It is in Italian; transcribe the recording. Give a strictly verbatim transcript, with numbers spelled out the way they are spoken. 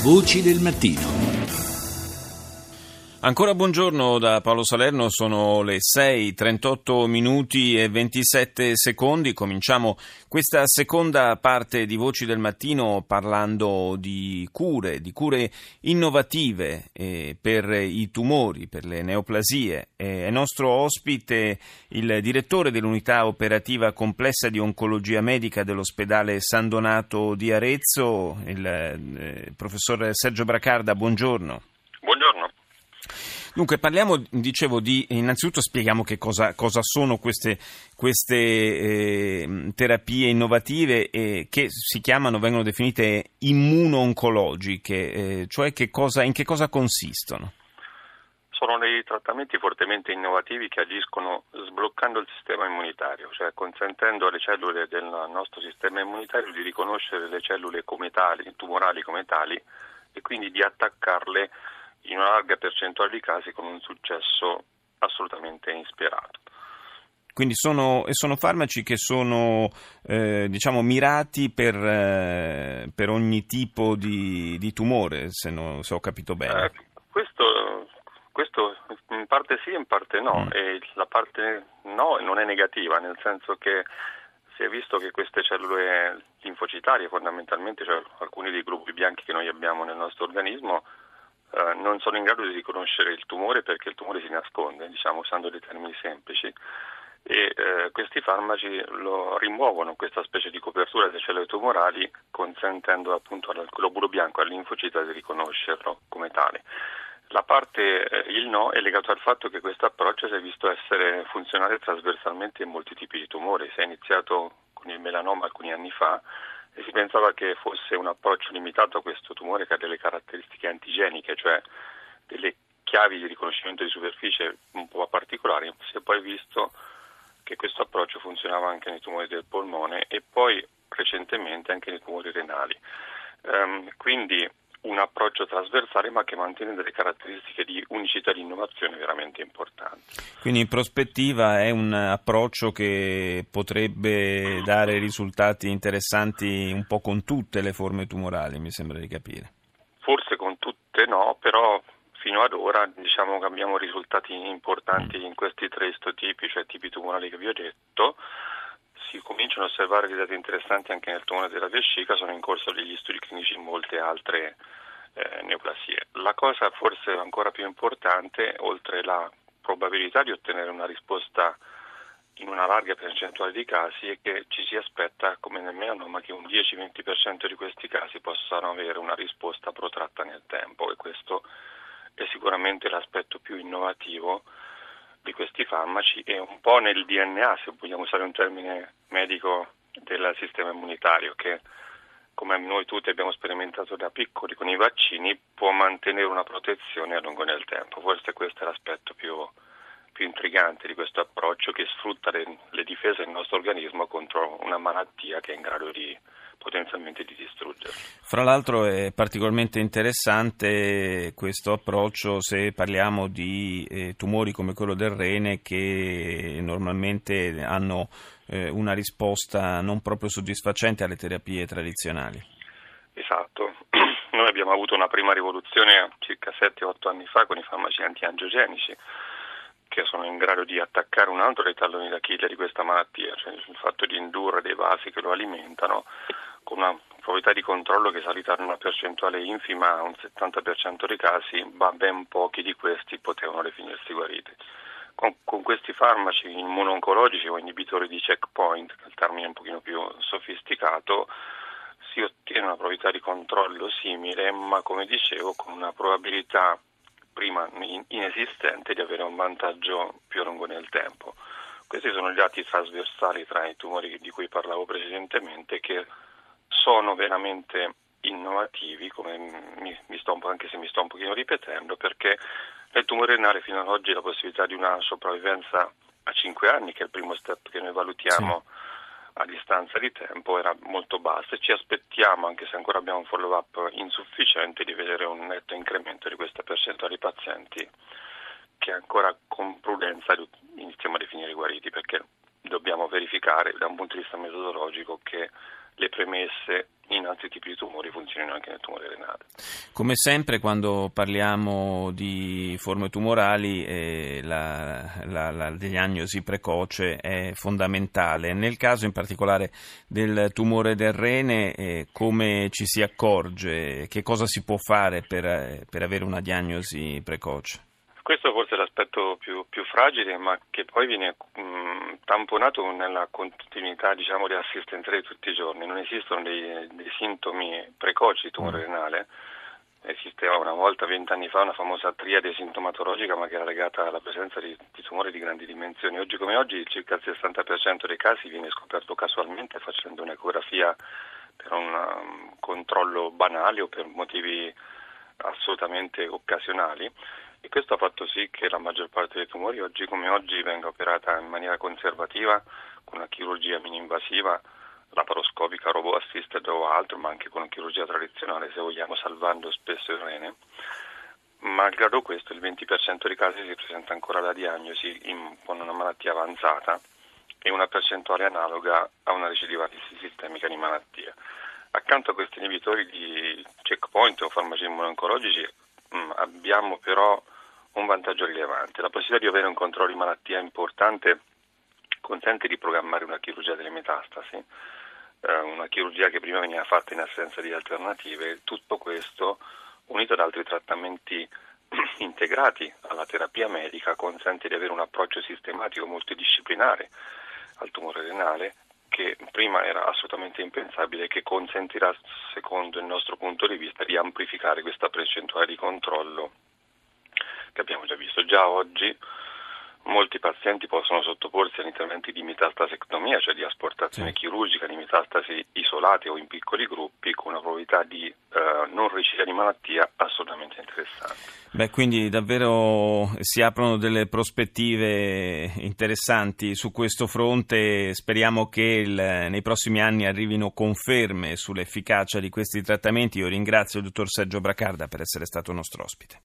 Voci del mattino. Ancora buongiorno da Paolo Salerno, sono le sei, trentotto minuti e ventisette secondi. Cominciamo questa seconda parte di Voci del Mattino parlando di cure, di cure innovative eh, per i tumori, per le neoplasie. Eh, è nostro ospite il direttore dell'unità operativa complessa di oncologia medica dell'ospedale San Donato di Arezzo, il eh, professor Sergio Bracarda. Buongiorno. Buongiorno. Dunque parliamo, dicevo, di innanzitutto spieghiamo che cosa, cosa sono queste, queste eh, terapie innovative eh, che si chiamano, vengono definite immuno-oncologiche, eh, cioè che cosa, in che cosa consistono? Sono dei trattamenti fortemente innovativi che agiscono sbloccando il sistema immunitario, cioè consentendo alle cellule del nostro sistema immunitario di riconoscere le cellule come tali, tumorali come tali, e quindi di attaccarle in una larga percentuale di casi con un successo assolutamente insperato. Quindi sono, sono farmaci che sono eh, diciamo mirati per, eh, per ogni tipo di, di tumore, se, no, se ho capito bene. Eh, questo, questo in parte sì, in parte no, mm. e la parte no non è negativa, nel senso che si è visto che queste cellule linfocitarie fondamentalmente, cioè alcuni dei gruppi bianchi che noi abbiamo nel nostro organismo, Uh, non sono in grado di riconoscere il tumore perché il tumore si nasconde, diciamo usando dei termini semplici, e uh, questi farmaci lo rimuovono, questa specie di copertura delle cellule tumorali, consentendo appunto al globulo bianco, al linfocita, di riconoscerlo come tale. La parte, eh, il no, è legato al fatto che questo approccio si è visto essere funzionale trasversalmente in molti tipi di tumori. Si è iniziato con il melanoma alcuni anni fa, e si pensava che fosse un approccio limitato a questo tumore che ha delle caratteristiche antigeniche, cioè delle chiavi di riconoscimento di superficie un po' particolari. Si è poi visto che questo approccio funzionava anche nei tumori del polmone e poi recentemente anche nei tumori renali. Um, quindi un approccio trasversale ma che mantiene delle caratteristiche di unicità di innovazione veramente importanti. Quindi in prospettiva è un approccio che potrebbe dare risultati interessanti un po' con tutte le forme tumorali, mi sembra di capire. Forse con tutte no, però fino ad ora diciamo che abbiamo risultati importanti mm. in questi tre istotipi, cioè tipi tumorali che vi ho detto. Si cominciano a osservare dei dati interessanti anche nel tumore della vescica, sono in corso degli studi clinici in molte altre eh, neoplasie. La cosa forse ancora più importante, oltre la probabilità di ottenere una risposta in una larga percentuale di casi, è che ci si aspetta, come nel melanoma, che un dieci-venti per cento di questi casi possano avere una risposta protratta nel tempo, e questo è sicuramente l'aspetto più innovativo di questi farmaci e un po' nel D N A, se vogliamo usare un termine medico, del sistema immunitario, che come noi tutti abbiamo sperimentato da piccoli con i vaccini, può mantenere una protezione a lungo nel tempo. Forse questo è l'aspetto più, più intrigante di questo approccio, che sfrutta le, le difese del nostro organismo contro una malattia che è in grado di potenzialmente di distruggere. Fra l'altro è particolarmente interessante questo approccio se parliamo di eh, tumori come quello del rene, che normalmente hanno eh, una risposta non proprio soddisfacente alle terapie tradizionali. Esatto, noi abbiamo avuto una prima rivoluzione circa sette otto anni fa con i farmaci antiangiogenici, che sono in grado di attaccare un altro dei talloni d'Achille di questa malattia, cioè il fatto di indurre dei vasi che lo alimentano con una probabilità di controllo che è salita da una percentuale infima a un settanta per cento dei casi, ma ben pochi di questi potevano definirsi guariti. Con, con questi farmaci immuno-oncologici o inibitori di checkpoint, che è il termine un pochino più sofisticato, si ottiene una probabilità di controllo simile, ma come dicevo con una probabilità prima inesistente di avere un vantaggio più lungo nel tempo. Questi sono gli atti trasversali tra i tumori di cui parlavo precedentemente, che sono veramente innovativi, come mi, mi sto un po', anche se mi sto un pochino ripetendo, perché nel tumore renale fino ad oggi la possibilità di una sopravvivenza a cinque anni, che è il primo step che noi valutiamo sì. a distanza di tempo, era molto bassa, e ci aspettiamo, anche se ancora abbiamo un follow-up insufficiente, di vedere un netto incremento di questa percentuale di pazienti che ancora con prudenza iniziamo a definire guariti, perché dobbiamo verificare da un punto di vista metodologico che le premesse in altri tipi di tumori funzionino anche nel tumore renale. Come sempre quando parliamo di forme tumorali eh, la, la, la diagnosi precoce è fondamentale. Nel caso in particolare del tumore del rene, eh, come ci si accorge? Che cosa si può fare per, per avere una diagnosi precoce? Questo forse è l'aspetto più, più fragile, ma che poi viene mh, tamponato nella continuità, diciamo, di assistenza di tutti i giorni. Non esistono dei, dei sintomi precoci di tumore renale. Esisteva una volta, vent'anni fa, una famosa triade sintomatologica, ma che era legata alla presenza di, di tumori di grandi dimensioni. Oggi come oggi circa il sessanta per cento dei casi viene scoperto casualmente facendo un'ecografia per un um, controllo banale o per motivi assolutamente occasionali. E questo ha fatto sì che la maggior parte dei tumori oggi come oggi venga operata in maniera conservativa, con una chirurgia mini-invasiva, laparoscopica, robot assisted o altro, ma anche con una chirurgia tradizionale, se vogliamo, salvando spesso il rene. Malgrado questo, il venti per cento dei casi si presenta ancora la diagnosi in, con una malattia avanzata e una percentuale analoga a una recidiva sistemica di malattia. Accanto a questi inibitori di checkpoint o farmaci immuno-oncologici mh, abbiamo però un vantaggio rilevante. La possibilità di avere un controllo di malattia importante consente di programmare una chirurgia delle metastasi, eh, una chirurgia che prima veniva fatta in assenza di alternative. Tutto questo, unito ad altri trattamenti integrati alla terapia medica, consente di avere un approccio sistematico multidisciplinare al tumore renale, che prima era assolutamente impensabile e che consentirà, secondo il nostro punto di vista, di amplificare questa percentuale di controllo che abbiamo già visto. Già oggi molti pazienti possono sottoporsi a interventi di metastasectomia, cioè di asportazione sì. chirurgica di metastasi isolate o in piccoli gruppi, con una probabilità di eh, non recidiva di malattia assolutamente interessante. Beh, quindi davvero si aprono delle prospettive interessanti su questo fronte. Speriamo che il, nei prossimi anni arrivino conferme sull'efficacia di questi trattamenti. Io ringrazio il dottor Sergio Bracarda per essere stato nostro ospite.